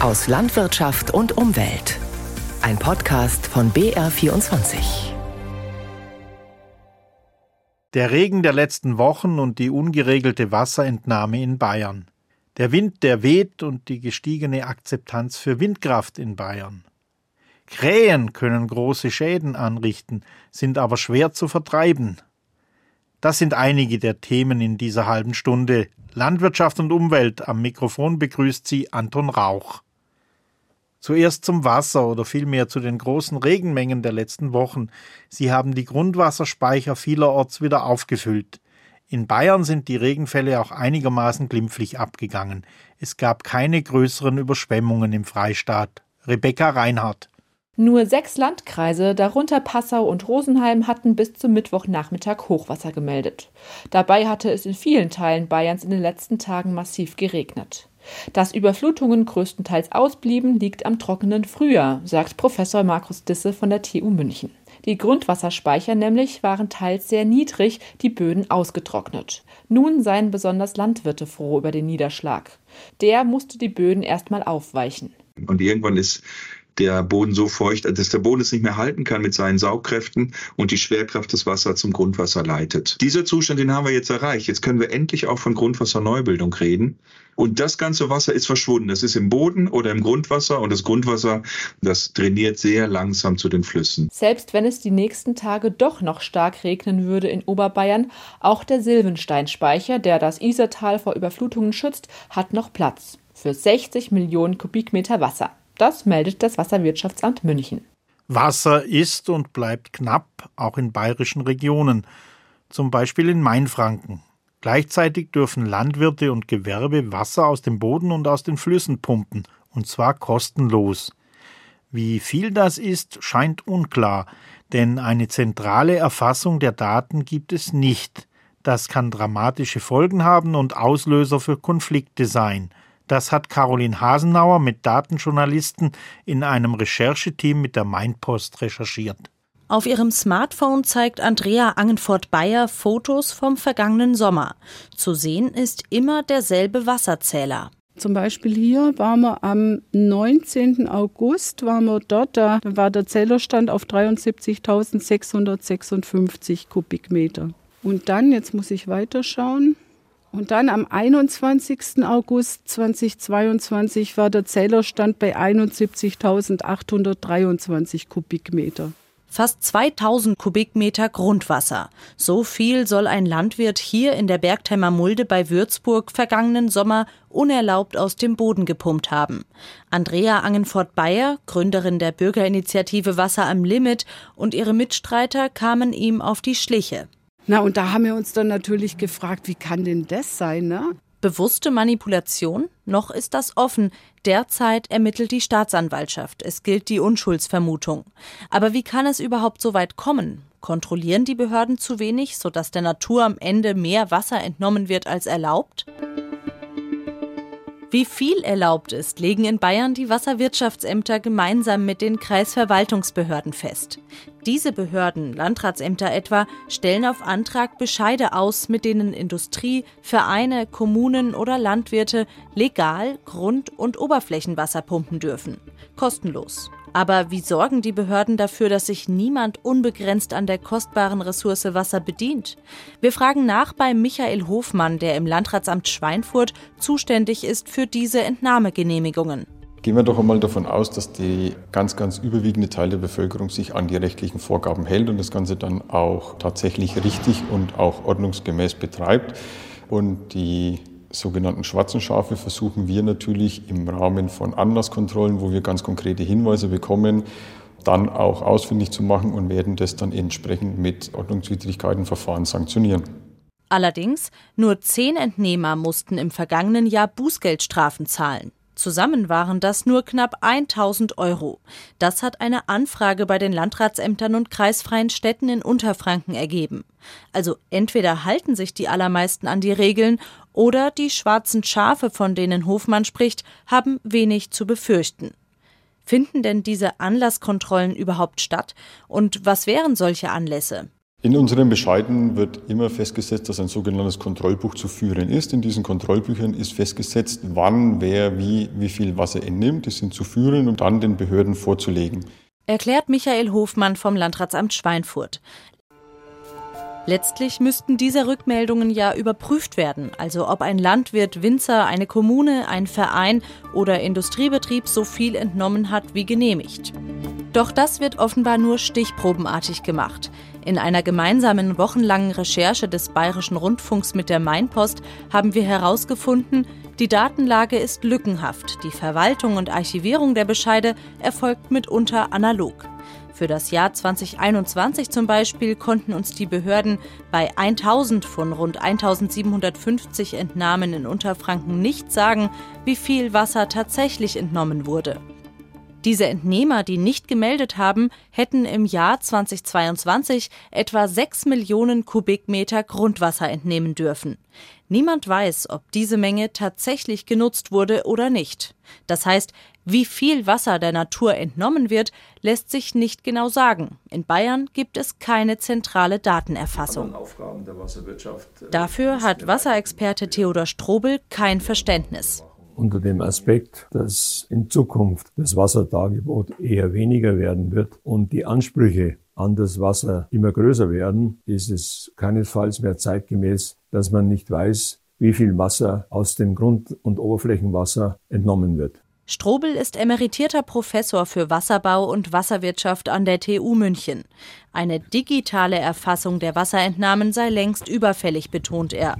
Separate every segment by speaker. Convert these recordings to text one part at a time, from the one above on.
Speaker 1: Aus Landwirtschaft und Umwelt. Ein Podcast von BR24.
Speaker 2: Der Regen der letzten Wochen und die ungeregelte Wasserentnahme in Bayern. Der Wind, der weht, und die gestiegene Akzeptanz für Windkraft in Bayern. Krähen können große Schäden anrichten, sind aber schwer zu vertreiben. Das sind einige der Themen in dieser halben Stunde. Landwirtschaft und Umwelt. Am Mikrofon begrüßt Sie Anton Rauch. Zuerst zum Wasser oder vielmehr zu den großen Regenmengen der letzten Wochen. Sie haben die Grundwasserspeicher vielerorts wieder aufgefüllt. In Bayern sind die Regenfälle auch einigermaßen glimpflich abgegangen. Es gab keine größeren Überschwemmungen im Freistaat. Rebecca Reinhardt.
Speaker 3: Nur 6 Landkreise, darunter Passau und Rosenheim, hatten bis zum Mittwochnachmittag Hochwasser gemeldet. Dabei hatte es in vielen Teilen Bayerns in den letzten Tagen massiv geregnet. Dass Überflutungen größtenteils ausblieben, liegt am trockenen Frühjahr, sagt Professor Markus Disse von der TU München. Die Grundwasserspeicher nämlich waren teils sehr niedrig, die Böden ausgetrocknet. Nun seien besonders Landwirte froh über den Niederschlag. Der musste die Böden erstmal aufweichen.
Speaker 4: Und irgendwann ist der Boden so feucht, dass der Boden es nicht mehr halten kann mit seinen Saugkräften und die Schwerkraft des Wassers zum Grundwasser leitet. Dieser Zustand, den haben wir jetzt erreicht. Jetzt können wir endlich auch von Grundwasserneubildung reden. Und das ganze Wasser ist verschwunden. Das ist im Boden oder im Grundwasser. Und das Grundwasser, das drainiert sehr langsam zu den Flüssen.
Speaker 3: Selbst wenn es die nächsten Tage doch noch stark regnen würde in Oberbayern, auch der Silvensteinspeicher, der das Isertal vor Überflutungen schützt, hat noch Platz für 60 Millionen Kubikmeter Wasser. Das meldet das Wasserwirtschaftsamt München.
Speaker 2: Wasser ist und bleibt knapp, auch in bayerischen Regionen, zum Beispiel in Mainfranken. Gleichzeitig dürfen Landwirte und Gewerbe Wasser aus dem Boden und aus den Flüssen pumpen, und zwar kostenlos. Wie viel das ist, scheint unklar, denn eine zentrale Erfassung der Daten gibt es nicht. Das kann dramatische Folgen haben und Auslöser für Konflikte sein. Das hat Caroline Hasenauer mit Datenjournalisten in einem Rechercheteam mit der Mainpost recherchiert.
Speaker 5: Auf ihrem Smartphone zeigt Andrea Angenfort-Beyer Fotos vom vergangenen Sommer. Zu sehen ist immer derselbe Wasserzähler.
Speaker 6: Zum Beispiel hier waren wir am 19. August, da war der Zählerstand auf 73.656 Kubikmeter. Und dann, jetzt muss ich weiterschauen, und dann am 21. August 2022 war der Zählerstand bei 71.823 Kubikmeter.
Speaker 5: Fast 2000 Kubikmeter Grundwasser. So viel soll ein Landwirt hier in der Bergheimer Mulde bei Würzburg vergangenen Sommer unerlaubt aus dem Boden gepumpt haben. Andrea Angenfort-Beyer, Gründerin der Bürgerinitiative Wasser am Limit, und ihre Mitstreiter kamen ihm auf die Schliche.
Speaker 6: Na, und da haben wir uns dann natürlich gefragt, wie kann denn das sein, ne?
Speaker 5: Bewusste Manipulation? Noch ist das offen. Derzeit ermittelt die Staatsanwaltschaft. Es gilt die Unschuldsvermutung. Aber wie kann es überhaupt so weit kommen? Kontrollieren die Behörden zu wenig, sodass der Natur am Ende mehr Wasser entnommen wird als erlaubt? Wie viel erlaubt ist, legen in Bayern die Wasserwirtschaftsämter gemeinsam mit den Kreisverwaltungsbehörden fest. Diese Behörden, Landratsämter etwa, stellen auf Antrag Bescheide aus, mit denen Industrie, Vereine, Kommunen oder Landwirte legal Grund- und Oberflächenwasser pumpen dürfen. Kostenlos. Aber wie sorgen die Behörden dafür, dass sich niemand unbegrenzt an der kostbaren Ressource Wasser bedient? Wir fragen nach bei Michael Hofmann, der im Landratsamt Schweinfurt zuständig ist für diese Entnahmegenehmigungen.
Speaker 7: Gehen wir doch einmal davon aus, dass die ganz überwiegende Teil der Bevölkerung sich an die rechtlichen Vorgaben hält und das Ganze dann auch tatsächlich richtig und auch ordnungsgemäß betreibt. Und die sogenannten schwarzen Schafe versuchen wir natürlich im Rahmen von Anlasskontrollen, wo wir ganz konkrete Hinweise bekommen, dann auch ausfindig zu machen und werden das dann entsprechend mit Ordnungswidrigkeitenverfahren sanktionieren.
Speaker 5: Allerdings, nur 10 Entnehmer mussten im vergangenen Jahr Bußgeldstrafen zahlen. Zusammen waren das nur knapp 1.000 €. Das hat eine Anfrage bei den Landratsämtern und kreisfreien Städten in Unterfranken ergeben. Also entweder halten sich die allermeisten an die Regeln oder die schwarzen Schafe, von denen Hofmann spricht, haben wenig zu befürchten. Finden denn diese Anlasskontrollen überhaupt statt? Und was wären solche Anlässe?
Speaker 7: In unseren Bescheiden wird immer festgesetzt, dass ein sogenanntes Kontrollbuch zu führen ist. In diesen Kontrollbüchern ist festgesetzt, wann, wer, wie viel Wasser entnimmt. Die sind zu führen und dann den Behörden vorzulegen.
Speaker 5: Erklärt Michael Hofmann vom Landratsamt Schweinfurt. Letztlich müssten diese Rückmeldungen ja überprüft werden, also ob ein Landwirt, Winzer, eine Kommune, ein Verein oder Industriebetrieb so viel entnommen hat wie genehmigt. Doch das wird offenbar nur stichprobenartig gemacht. In einer gemeinsamen wochenlangen Recherche des Bayerischen Rundfunks mit der Mainpost haben wir herausgefunden, die Datenlage ist lückenhaft. Die Verwaltung und Archivierung der Bescheide erfolgt mitunter analog. Für das Jahr 2021 zum Beispiel konnten uns die Behörden bei 1000 von rund 1750 Entnahmen in Unterfranken nicht sagen, wie viel Wasser tatsächlich entnommen wurde. Diese Entnehmer, die nicht gemeldet haben, hätten im Jahr 2022 etwa 6 Millionen Kubikmeter Grundwasser entnehmen dürfen. Niemand weiß, ob diese Menge tatsächlich genutzt wurde oder nicht. Das heißt, wie viel Wasser der Natur entnommen wird, lässt sich nicht genau sagen. In Bayern gibt es keine zentrale Datenerfassung. Dafür hat Wasserexperte Theodor Strobel kein Verständnis.
Speaker 8: Unter dem Aspekt, dass in Zukunft das Wassertagebot eher weniger werden wird und die Ansprüche an das Wasser immer größer werden, ist es keinesfalls mehr zeitgemäß, dass man nicht weiß, wie viel Wasser aus dem Grund- und Oberflächenwasser entnommen wird.
Speaker 5: Strobel ist emeritierter Professor für Wasserbau und Wasserwirtschaft an der TU München. Eine digitale Erfassung der Wasserentnahmen sei längst überfällig, betont er.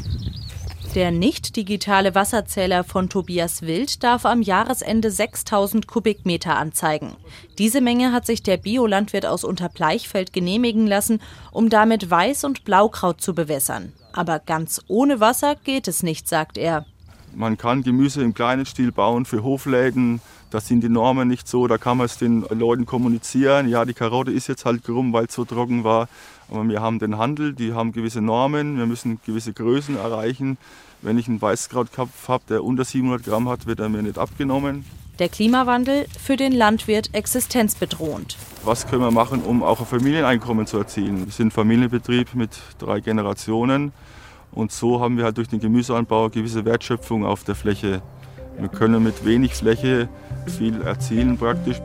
Speaker 5: Der nicht-digitale Wasserzähler von Tobias Wild darf am Jahresende 6.000 Kubikmeter anzeigen. Diese Menge hat sich der Biolandwirt aus Unterbleichfeld genehmigen lassen, um damit Mais und Blaukraut zu bewässern. Aber ganz ohne Wasser geht es nicht, sagt er.
Speaker 9: Man kann Gemüse im kleinen Stil bauen für Hofläden. Da sind die Normen nicht so, da kann man es den Leuten kommunizieren. Ja, die Karotte ist jetzt halt krumm, weil es so trocken war. Aber wir haben den Handel, die haben gewisse Normen, wir müssen gewisse Größen erreichen. Wenn ich einen Weißkrautkopf habe, der unter 700 Gramm hat, wird er mir nicht abgenommen.
Speaker 5: Der Klimawandel für den Landwirt existenzbedrohend.
Speaker 9: Was können wir machen, um auch ein Familieneinkommen zu erzielen? Wir sind Familienbetrieb mit 3 Generationen und so haben wir halt durch den Gemüseanbau eine gewisse Wertschöpfung auf der Fläche. Wir können mit wenig Fläche viel erzielen praktisch.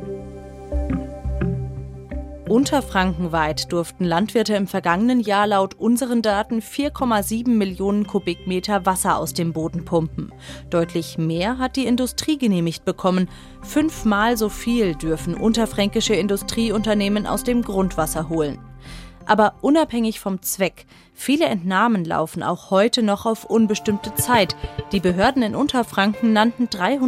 Speaker 5: Unterfrankenweit durften Landwirte im vergangenen Jahr laut unseren Daten 4,7 Millionen Kubikmeter Wasser aus dem Boden pumpen. Deutlich mehr hat die Industrie genehmigt bekommen. 5-mal so viel dürfen unterfränkische Industrieunternehmen aus dem Grundwasser holen. Aber unabhängig vom Zweck, viele Entnahmen laufen auch heute noch auf unbestimmte Zeit. Die Behörden in Unterfranken nannten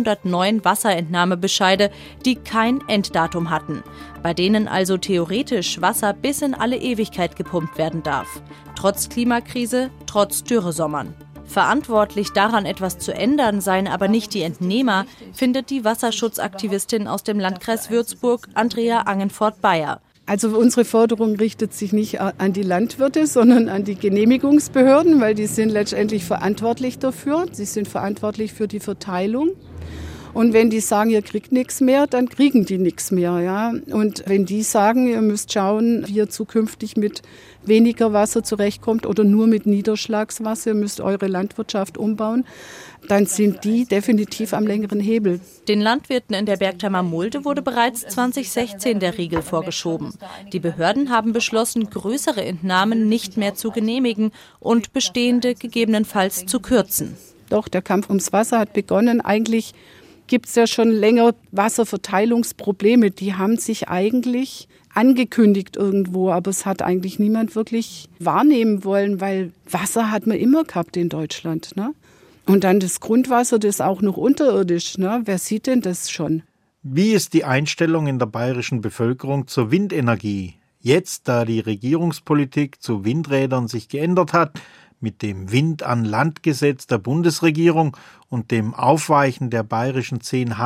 Speaker 5: 309 Wasserentnahmebescheide, die kein Enddatum hatten, bei denen also theoretisch Wasser bis in alle Ewigkeit gepumpt werden darf. Trotz Klimakrise, trotz Dürresommern. Verantwortlich daran etwas zu ändern seien aber nicht die Entnehmer, findet die Wasserschutzaktivistin aus dem Landkreis Würzburg, Andrea Angenfort-Bayer.
Speaker 6: Also unsere Forderung richtet sich nicht an die Landwirte, sondern an die Genehmigungsbehörden, weil die sind letztendlich verantwortlich dafür. Sie sind verantwortlich für die Verteilung. Und wenn die sagen, ihr kriegt nichts mehr, dann kriegen die nichts mehr. Ja? Und wenn die sagen, ihr müsst schauen, wie ihr zukünftig mit weniger Wasser zurechtkommt oder nur mit Niederschlagswasser, ihr müsst eure Landwirtschaft umbauen, dann sind die definitiv am längeren Hebel.
Speaker 5: Den Landwirten in der Bergtheimer Mulde wurde bereits 2016 der Riegel vorgeschoben. Die Behörden haben beschlossen, größere Entnahmen nicht mehr zu genehmigen und bestehende gegebenenfalls zu kürzen.
Speaker 6: Doch, der Kampf ums Wasser hat begonnen. Eigentlich gibt es ja schon länger Wasserverteilungsprobleme. Die haben sich eigentlich angekündigt irgendwo, aber es hat eigentlich niemand wirklich wahrnehmen wollen, weil Wasser hat man immer gehabt in Deutschland, ne? Und dann das Grundwasser, das auch noch unterirdisch, ne? Wer sieht denn das schon?
Speaker 2: Wie ist die Einstellung in der bayerischen Bevölkerung zur Windenergie? Jetzt, da die Regierungspolitik zu Windrädern sich geändert hat, mit dem Wind-an-Land-Gesetz der Bundesregierung und dem Aufweichen der bayerischen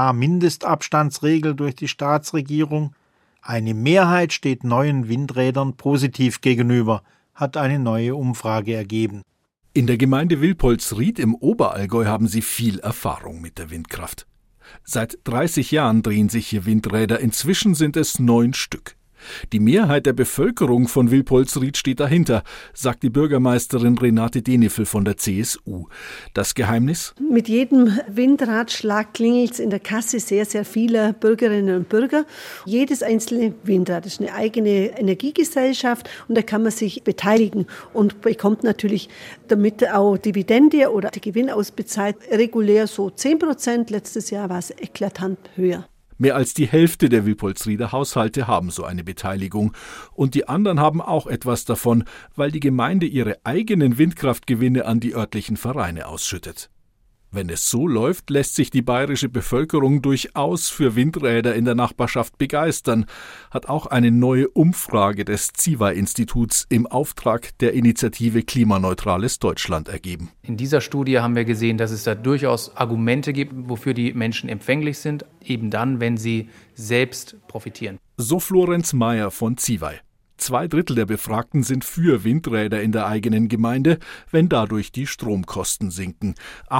Speaker 2: 10H-Mindestabstandsregel durch die Staatsregierung. Eine Mehrheit steht neuen Windrädern positiv gegenüber, hat eine neue Umfrage ergeben.
Speaker 10: In der Gemeinde Wilpolsried im Oberallgäu haben sie viel Erfahrung mit der Windkraft. Seit 30 Jahren drehen sich hier Windräder, inzwischen sind es 9 Stück. Die Mehrheit der Bevölkerung von Wilpolsried steht dahinter, sagt die Bürgermeisterin Renate Denifl von der CSU. Das Geheimnis?
Speaker 11: Mit jedem Windradschlag klingelt es in der Kasse sehr, sehr vieler Bürgerinnen und Bürger. Jedes einzelne Windrad ist eine eigene Energiegesellschaft und da kann man sich beteiligen und bekommt natürlich damit auch Dividende oder die Gewinn ausbezahlt. Regulär so 10%, letztes Jahr war es eklatant höher.
Speaker 10: Mehr als die Hälfte der Wilpolsrieder Haushalte haben so eine Beteiligung. Und die anderen haben auch etwas davon, weil die Gemeinde ihre eigenen Windkraftgewinne an die örtlichen Vereine ausschüttet. Wenn es so läuft, lässt sich die bayerische Bevölkerung durchaus für Windräder in der Nachbarschaft begeistern, hat auch eine neue Umfrage des ZIWA-Instituts im Auftrag der Initiative Klimaneutrales Deutschland ergeben.
Speaker 12: In dieser Studie haben wir gesehen, dass es da durchaus Argumente gibt, wofür die Menschen empfänglich sind, eben dann, wenn sie selbst profitieren.
Speaker 10: So Florenz Meyer von ZIWA. 2/3 der Befragten sind für Windräder in der eigenen Gemeinde, wenn dadurch die Stromkosten sinken.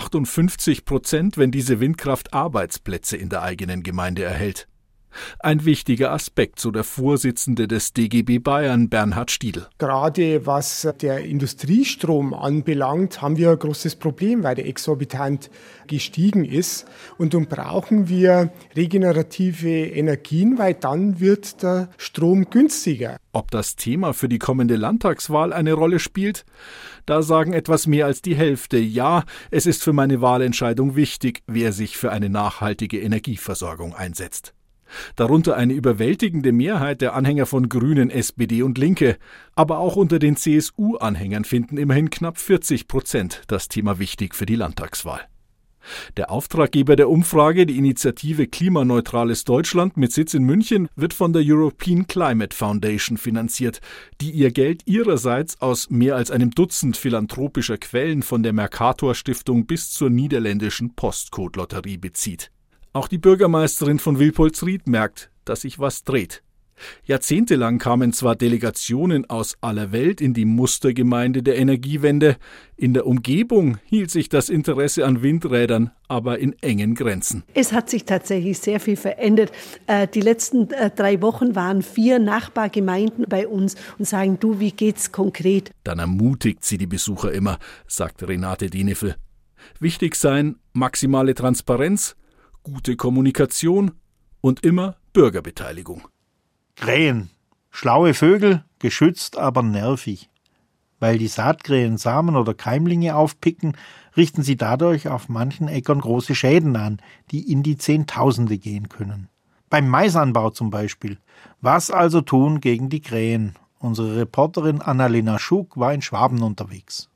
Speaker 10: 58%, wenn diese Windkraft Arbeitsplätze in der eigenen Gemeinde erhält. Ein wichtiger Aspekt, so der Vorsitzende des DGB Bayern, Bernhard Stiedl.
Speaker 13: Gerade was der Industriestrom anbelangt, haben wir ein großes Problem, weil der exorbitant gestiegen ist. Und dann brauchen wir regenerative Energien, weil dann wird der Strom günstiger.
Speaker 10: Ob das Thema für die kommende Landtagswahl eine Rolle spielt? Da sagen etwas mehr als die Hälfte, ja, es ist für meine Wahlentscheidung wichtig, wer sich für eine nachhaltige Energieversorgung einsetzt. Darunter eine überwältigende Mehrheit der Anhänger von Grünen, SPD und Linke. Aber auch unter den CSU-Anhängern finden immerhin knapp 40% das Thema wichtig für die Landtagswahl. Der Auftraggeber der Umfrage, die Initiative Klimaneutrales Deutschland mit Sitz in München, wird von der European Climate Foundation finanziert, die ihr Geld ihrerseits aus mehr als einem Dutzend philanthropischer Quellen von der Mercator Stiftung bis zur niederländischen Postcode-Lotterie bezieht. Auch die Bürgermeisterin von Wilpolsried merkt, dass sich was dreht. Jahrzehntelang kamen zwar Delegationen aus aller Welt in die Mustergemeinde der Energiewende, in der Umgebung hielt sich das Interesse an Windrädern aber in engen Grenzen.
Speaker 11: Es hat sich tatsächlich sehr viel verändert. Die letzten 3 Wochen waren 4 Nachbargemeinden bei uns und sagen, du, wie geht's konkret?
Speaker 10: Dann ermutigt sie die Besucher immer, sagt Renate Denifl. Wichtig seien maximale Transparenz, gute Kommunikation und immer Bürgerbeteiligung.
Speaker 2: Krähen. Schlaue Vögel, geschützt, aber nervig. Weil die Saatkrähen Samen oder Keimlinge aufpicken, richten sie dadurch auf manchen Äckern große Schäden an, die in die Zehntausende gehen können. Beim Maisanbau zum Beispiel. Was also tun gegen die Krähen? Unsere Reporterin Annalena Schuk war in Schwaben unterwegs.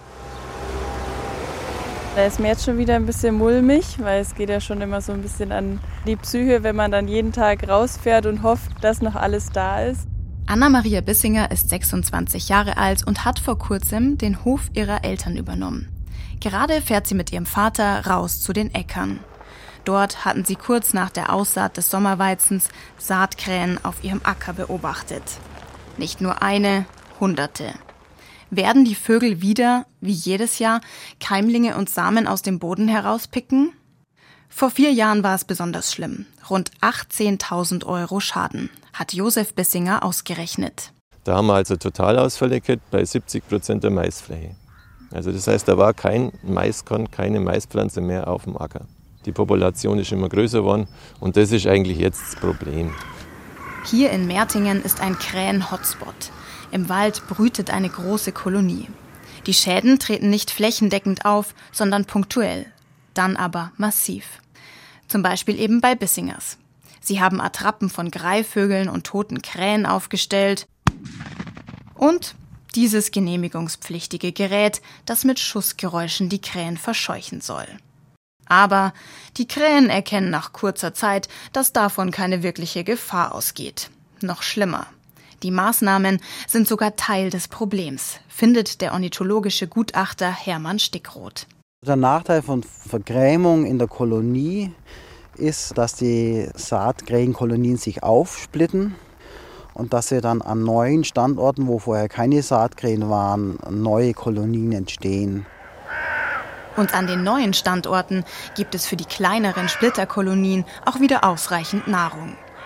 Speaker 14: Da ist mir jetzt schon wieder ein bisschen mulmig, weil es geht ja schon immer so ein bisschen an die Psyche, wenn man dann jeden Tag rausfährt und hofft, dass noch alles da ist.
Speaker 15: Anna-Maria Bissinger ist 26 Jahre alt und hat vor kurzem den Hof ihrer Eltern übernommen. Gerade fährt sie mit ihrem Vater raus zu den Äckern. Dort hatten sie kurz nach der Aussaat des Sommerweizens Saatkrähen auf ihrem Acker beobachtet. Nicht nur eine, Hunderte. Werden die Vögel wieder, wie jedes Jahr, Keimlinge und Samen aus dem Boden herauspicken? Vor 4 Jahren war es besonders schlimm. Rund 18.000 € Schaden, hat Josef Bissinger ausgerechnet.
Speaker 16: Da haben wir also Totalausfälle gehabt bei 70% der Maisfläche. Also das heißt, da war kein Maiskorn, keine Maispflanze mehr auf dem Acker. Die Population ist immer größer geworden und das ist eigentlich jetzt das Problem.
Speaker 15: Hier in Mertingen ist ein Krähen-Hotspot. Im Wald brütet eine große Kolonie. Die Schäden treten nicht flächendeckend auf, sondern punktuell, dann aber massiv. Zum Beispiel eben bei Bissingers. Sie haben Attrappen von Greifvögeln und toten Krähen aufgestellt und dieses genehmigungspflichtige Gerät, das mit Schussgeräuschen die Krähen verscheuchen soll. Aber die Krähen erkennen nach kurzer Zeit, dass davon keine wirkliche Gefahr ausgeht. Noch schlimmer. Die Maßnahmen sind sogar Teil des Problems, findet der ornithologische Gutachter Hermann Stickroth.
Speaker 17: Der Nachteil von Vergrämung in der Kolonie ist, dass die Saatkrähenkolonien sich aufsplitten und dass sie dann an neuen Standorten, wo vorher keine Saatkrähen waren, neue Kolonien entstehen.
Speaker 15: Und an den neuen Standorten gibt es für die kleineren Splitterkolonien auch wieder ausreichend Nahrung.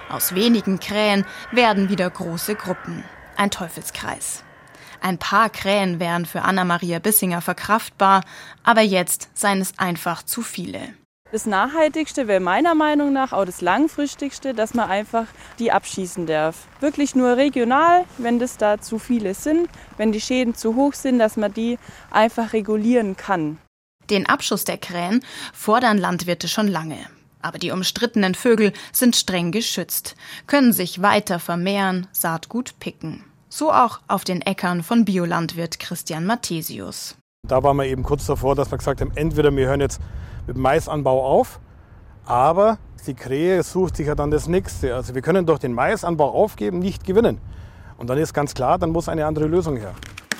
Speaker 15: Aus wenigen Krähen werden wieder große Gruppen. Ein Teufelskreis. Ein paar Krähen wären für Anna-Maria Bissinger verkraftbar, aber jetzt seien es einfach zu viele.
Speaker 14: Das Nachhaltigste wäre meiner Meinung nach auch das Langfristigste, dass man einfach die abschießen darf. Wirklich nur regional, wenn das da zu viele sind, wenn die Schäden zu hoch sind, dass man die einfach regulieren kann.
Speaker 15: Den Abschuss der Krähen fordern Landwirte schon lange. Aber die umstrittenen Vögel sind streng geschützt, können sich weiter vermehren, Saatgut picken. So auch auf den Äckern von Biolandwirt Christian Mathesius.
Speaker 18: Da waren wir eben kurz davor, dass wir gesagt haben, entweder wir hören jetzt mit dem Maisanbau auf, aber die Krähe sucht sich ja dann das Nächste. Also wir können durch den Maisanbau aufgeben, nicht gewinnen. Und dann ist ganz klar, dann muss eine andere Lösung her.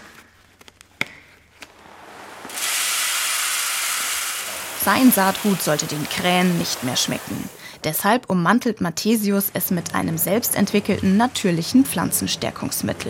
Speaker 15: Sein Saatgut sollte den Krähen nicht mehr schmecken. Deshalb ummantelt Mathesius es mit einem selbstentwickelten natürlichen Pflanzenstärkungsmittel.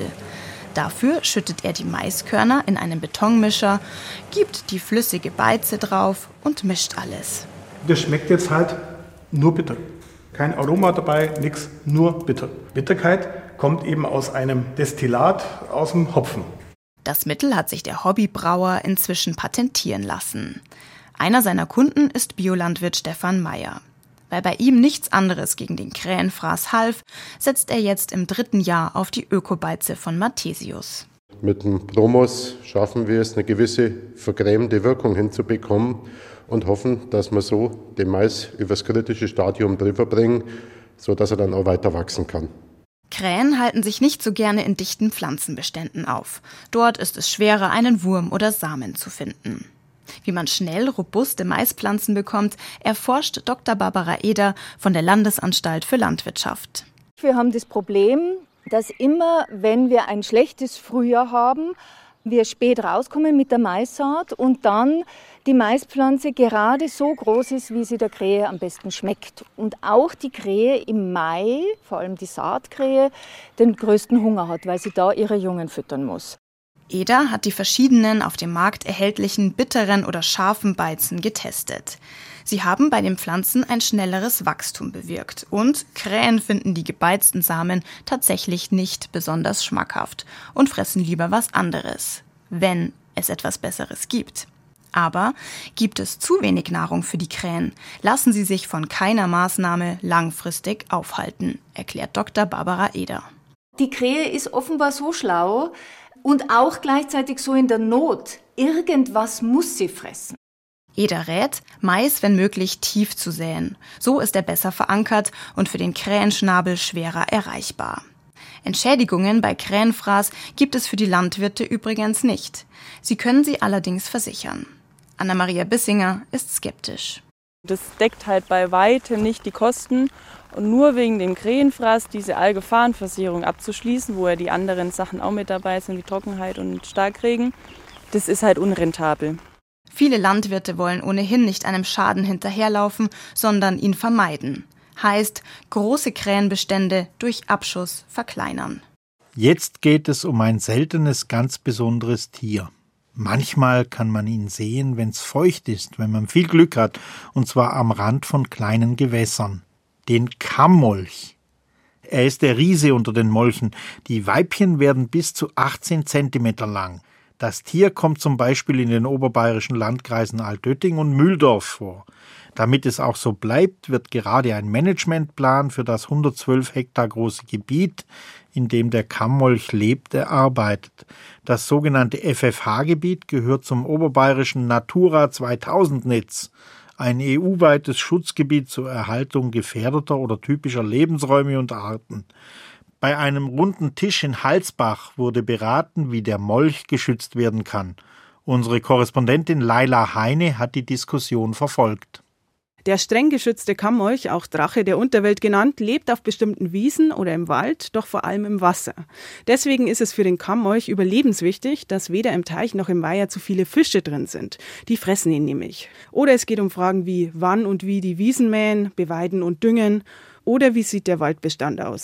Speaker 15: Dafür schüttet er die Maiskörner in einen Betonmischer, gibt die flüssige Beize drauf und mischt alles.
Speaker 18: Das schmeckt jetzt halt nur bitter. Kein Aroma dabei, nichts, nur bitter. Bitterkeit kommt eben aus einem Destillat aus dem Hopfen.
Speaker 15: Das Mittel hat sich der Hobbybrauer inzwischen patentieren lassen. Einer seiner Kunden ist Biolandwirt Stefan Meyer. Weil bei ihm nichts anderes gegen den Krähenfraß half, setzt er jetzt im 3. Jahr auf die Ökobeize von Mathesius.
Speaker 19: Mit dem Promos schaffen wir es, eine gewisse vergrämende Wirkung hinzubekommen und hoffen, dass wir so den Mais übers kritische Stadium drüber bringen, sodass er dann auch weiter wachsen kann.
Speaker 15: Krähen halten sich nicht so gerne in dichten Pflanzenbeständen auf. Dort ist es schwerer, einen Wurm oder Samen zu finden. Wie man schnell robuste Maispflanzen bekommt, erforscht Dr. Barbara Eder von der Landesanstalt für Landwirtschaft.
Speaker 20: Wir haben das Problem, dass immer, wenn wir ein schlechtes Frühjahr haben, wir spät rauskommen mit der Maissaat und dann die Maispflanze gerade so groß ist, wie sie der Krähe am besten schmeckt. Und auch die Krähe im Mai, vor allem die Saatkrähe, den größten Hunger hat, weil sie da ihre Jungen füttern muss.
Speaker 15: Eder hat die verschiedenen auf dem Markt erhältlichen bitteren oder scharfen Beizen getestet. Sie haben bei den Pflanzen ein schnelleres Wachstum bewirkt und Krähen finden die gebeizten Samen tatsächlich nicht besonders schmackhaft und fressen lieber was anderes, wenn es etwas Besseres gibt. Aber gibt es zu wenig Nahrung für die Krähen, lassen sie sich von keiner Maßnahme langfristig aufhalten, erklärt Dr. Barbara Eder.
Speaker 20: Die Krähe ist offenbar so schlau, und auch gleichzeitig so in der Not. Irgendwas muss sie fressen.
Speaker 15: Eder rät, Mais wenn möglich tief zu säen. So ist er besser verankert und für den Krähenschnabel schwerer erreichbar. Entschädigungen bei Krähenfraß gibt es für die Landwirte übrigens nicht. Sie können sie allerdings versichern. Anna-Maria Bissinger ist skeptisch.
Speaker 14: Das deckt halt bei weitem nicht die Kosten. Und nur wegen dem Krähenfraß diese Allgefahrenversicherung abzuschließen, wo ja die anderen Sachen auch mit dabei sind, wie Trockenheit und Starkregen, das ist halt unrentabel.
Speaker 15: Viele Landwirte wollen ohnehin nicht einem Schaden hinterherlaufen, sondern ihn vermeiden. Heißt, große Krähenbestände durch Abschuss verkleinern.
Speaker 2: Jetzt geht es um ein seltenes, ganz besonderes Tier. Manchmal kann man ihn sehen, wenn es feucht ist, wenn man viel Glück hat, und zwar am Rand von kleinen Gewässern. Den Kammmolch. Er ist der Riese unter den Molchen. Die Weibchen werden bis zu 18 Zentimeter lang. Das Tier kommt zum Beispiel in den oberbayerischen Landkreisen Altötting und Mühldorf vor. Damit es auch so bleibt, wird gerade ein Managementplan für das 112 Hektar große Gebiet, in dem der Kammmolch lebt, erarbeitet. Das sogenannte FFH-Gebiet gehört zum oberbayerischen Natura 2000-Netz. Ein EU-weites Schutzgebiet zur Erhaltung gefährdeter oder typischer Lebensräume und Arten. Bei einem runden Tisch in Halsbach wurde beraten, wie der Molch geschützt werden kann. Unsere Korrespondentin Laila Heine hat die Diskussion verfolgt.
Speaker 21: Der streng geschützte Kammmolch, auch Drache der Unterwelt genannt, lebt auf bestimmten Wiesen oder im Wald, doch vor allem im Wasser. Deswegen ist es für den Kammmolch überlebenswichtig, dass weder im Teich noch im Weiher zu viele Fische drin sind. Die fressen ihn nämlich. Oder es geht um Fragen wie wann und wie die Wiesen mähen, beweiden und düngen. Oder wie sieht der Waldbestand aus?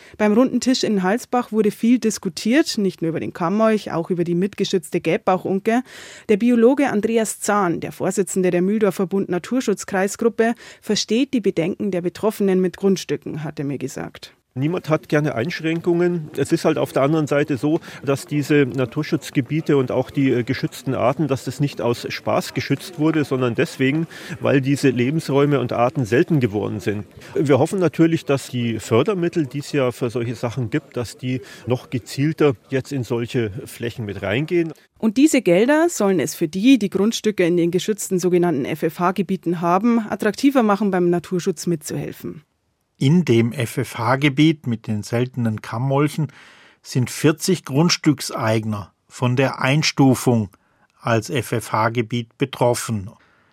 Speaker 21: Beim runden Tisch in Halsbach wurde viel diskutiert, nicht nur über den Kammmolch, auch über die mitgeschützte Gelbbauchunke. Der Biologe Andreas Zahn, der Vorsitzende der Mühldorfer Bund Naturschutzkreisgruppe, versteht die Bedenken der Betroffenen mit Grundstücken, hat er mir gesagt.
Speaker 1: Niemand hat gerne Einschränkungen. Es ist halt auf der anderen Seite so, dass diese Naturschutzgebiete und auch die geschützten Arten, dass das nicht aus Spaß geschützt wurde, sondern deswegen, weil diese Lebensräume und Arten selten geworden sind. Wir hoffen natürlich, dass die Fördermittel, die es ja für solche Sachen gibt, dass die noch gezielter jetzt in solche Flächen mit reingehen.
Speaker 21: Und diese Gelder sollen es für die Grundstücke in den geschützten sogenannten FFH-Gebieten haben, attraktiver machen, beim Naturschutz mitzuhelfen.
Speaker 2: In dem FFH-Gebiet mit den seltenen Kammmolchen sind 40 Grundstückseigner von der Einstufung als FFH-Gebiet betroffen.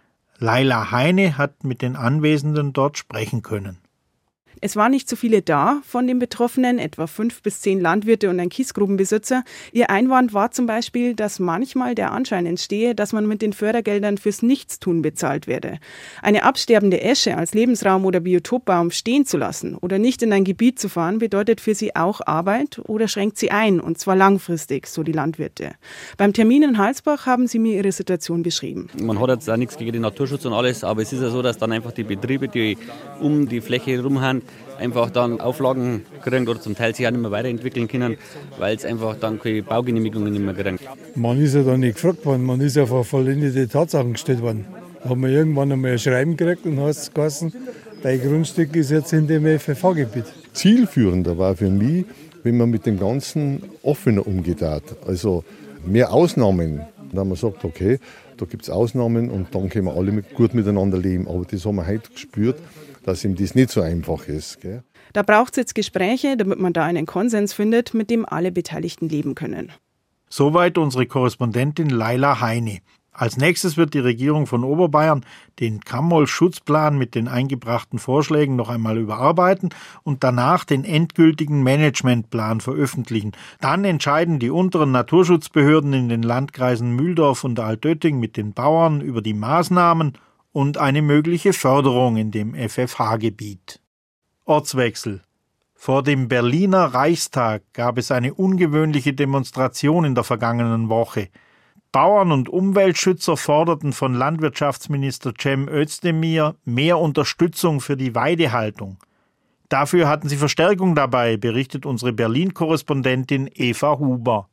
Speaker 2: Laila Heine hat mit den Anwesenden dort sprechen können.
Speaker 21: Es waren nicht so viele da von den Betroffenen, etwa 5 bis 10 Landwirte und ein Kiesgrubenbesitzer. Ihr Einwand war zum Beispiel, dass manchmal der Anschein entstehe, dass man mit den Fördergeldern fürs Nichtstun bezahlt werde. Eine absterbende Esche als Lebensraum oder Biotopbaum stehen zu lassen oder nicht in ein Gebiet zu fahren, bedeutet für sie auch Arbeit oder schränkt sie ein, und zwar langfristig, so die Landwirte. Beim Termin in Halsbach haben sie mir ihre Situation beschrieben.
Speaker 22: Man hat jetzt auch nichts gegen den Naturschutz und alles, aber es ist ja so, dass dann einfach die Betriebe, die um die Fläche herum haben, einfach dann Auflagen kriegen oder zum Teil sich auch nicht mehr weiterentwickeln können, weil es einfach dann keine Baugenehmigungen nicht mehr kriegen.
Speaker 23: Man ist ja da nicht gefragt worden, man ist ja vor vollendete Tatsachen gestellt worden. Da hat man irgendwann einmal ein Schreiben gekriegt und hat es geheißen, dein Grundstück ist jetzt in dem FFH-Gebiet.
Speaker 24: Zielführender war für mich, wenn man mit dem Ganzen offener umgeht. Also mehr Ausnahmen. Da man sagt, okay, da gibt es Ausnahmen und dann können wir alle gut miteinander leben. Aber das haben wir heute gespürt, dass ihm das nicht so einfach ist. Gell?
Speaker 21: Da braucht es jetzt Gespräche, damit man da einen Konsens findet, mit dem alle Beteiligten leben können.
Speaker 2: Soweit unsere Korrespondentin Laila Heine. Als nächstes wird die Regierung von Oberbayern den Kammmolch-Schutzplan mit den eingebrachten Vorschlägen noch einmal überarbeiten und danach den endgültigen Managementplan veröffentlichen. Dann entscheiden die unteren Naturschutzbehörden in den Landkreisen Mühldorf und Altötting mit den Bauern über die Maßnahmen und eine mögliche Förderung in dem FFH-Gebiet. Ortswechsel. Vor dem Berliner Reichstag gab es eine ungewöhnliche Demonstration in der vergangenen Woche. Bauern und Umweltschützer forderten von Landwirtschaftsminister Cem Özdemir mehr Unterstützung für die Weidehaltung. Dafür hatten sie Verstärkung dabei, berichtet unsere Berlin-Korrespondentin Eva Huber.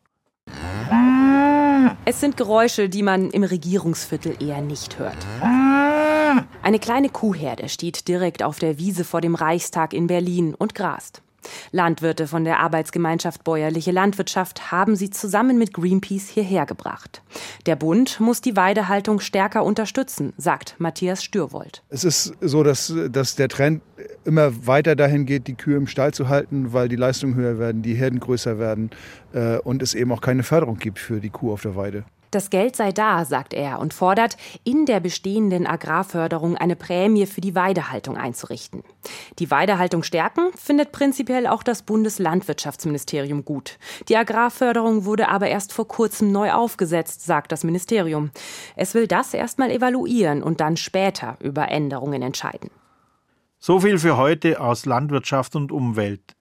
Speaker 25: Es sind Geräusche, die man im Regierungsviertel eher nicht hört. Eine kleine Kuhherde steht direkt auf der Wiese vor dem Reichstag in Berlin und grast. Landwirte von der Arbeitsgemeinschaft Bäuerliche Landwirtschaft haben sie zusammen mit Greenpeace hierher gebracht. Der Bund muss die Weidehaltung stärker unterstützen, sagt Matthias Stürwold.
Speaker 26: Es ist so, dass der Trend immer weiter dahin geht, die Kühe im Stall zu halten, weil die Leistungen höher werden, die Herden größer werden und es eben auch keine Förderung gibt für die Kuh auf der Weide.
Speaker 25: Das Geld sei da, sagt er, und fordert, in der bestehenden Agrarförderung eine Prämie für die Weidehaltung einzurichten. Die Weidehaltung stärken findet prinzipiell auch das Bundeslandwirtschaftsministerium gut. Die Agrarförderung wurde aber erst vor kurzem neu aufgesetzt, sagt das Ministerium. Es will das erstmal evaluieren und dann später über Änderungen entscheiden.
Speaker 2: So viel für heute aus Landwirtschaft und Umwelt.